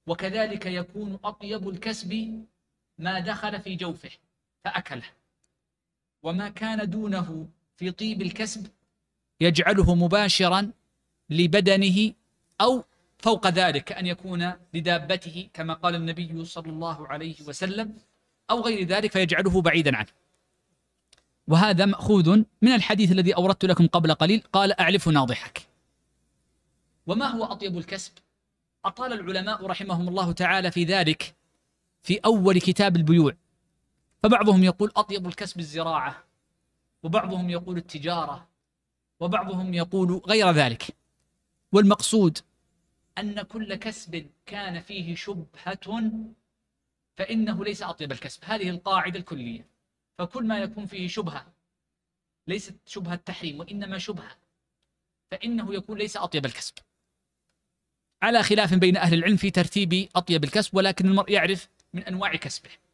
وكذلك يكون أطيب الكسب ما دخل في جوفه فأكله، وما كان دونه في طيب الكسب يجعله مباشرا لبدنه أو فوق ذلك كأن يكون لدابته كما قال النبي صلى الله عليه وسلم، أو غير ذلك فيجعله بعيدا عنه. وهذا مأخوذ من الحديث الذي أوردت لكم قبل قليل، قال أعلف ناضحك. وما هو أطيب الكسب؟ أطال العلماء رحمهم الله تعالى في ذلك في أول كتاب البيوع، فبعضهم يقول أطيب الكسب الزراعة، وبعضهم يقول التجارة، وبعضهم يقول غير ذلك. والمقصود أن كل كسب كان فيه شبهة فإنه ليس أطيب الكسب، هذه القاعدة الكلية. فكل ما يكون فيه شبهة ليست شبهة تحريم وإنما شبهة فإنه يكون ليس أطيب الكسب، على خلاف بين أهل العلم في ترتيب أطيب الكسب، ولكن المرء يعرف من أنواع كسبه.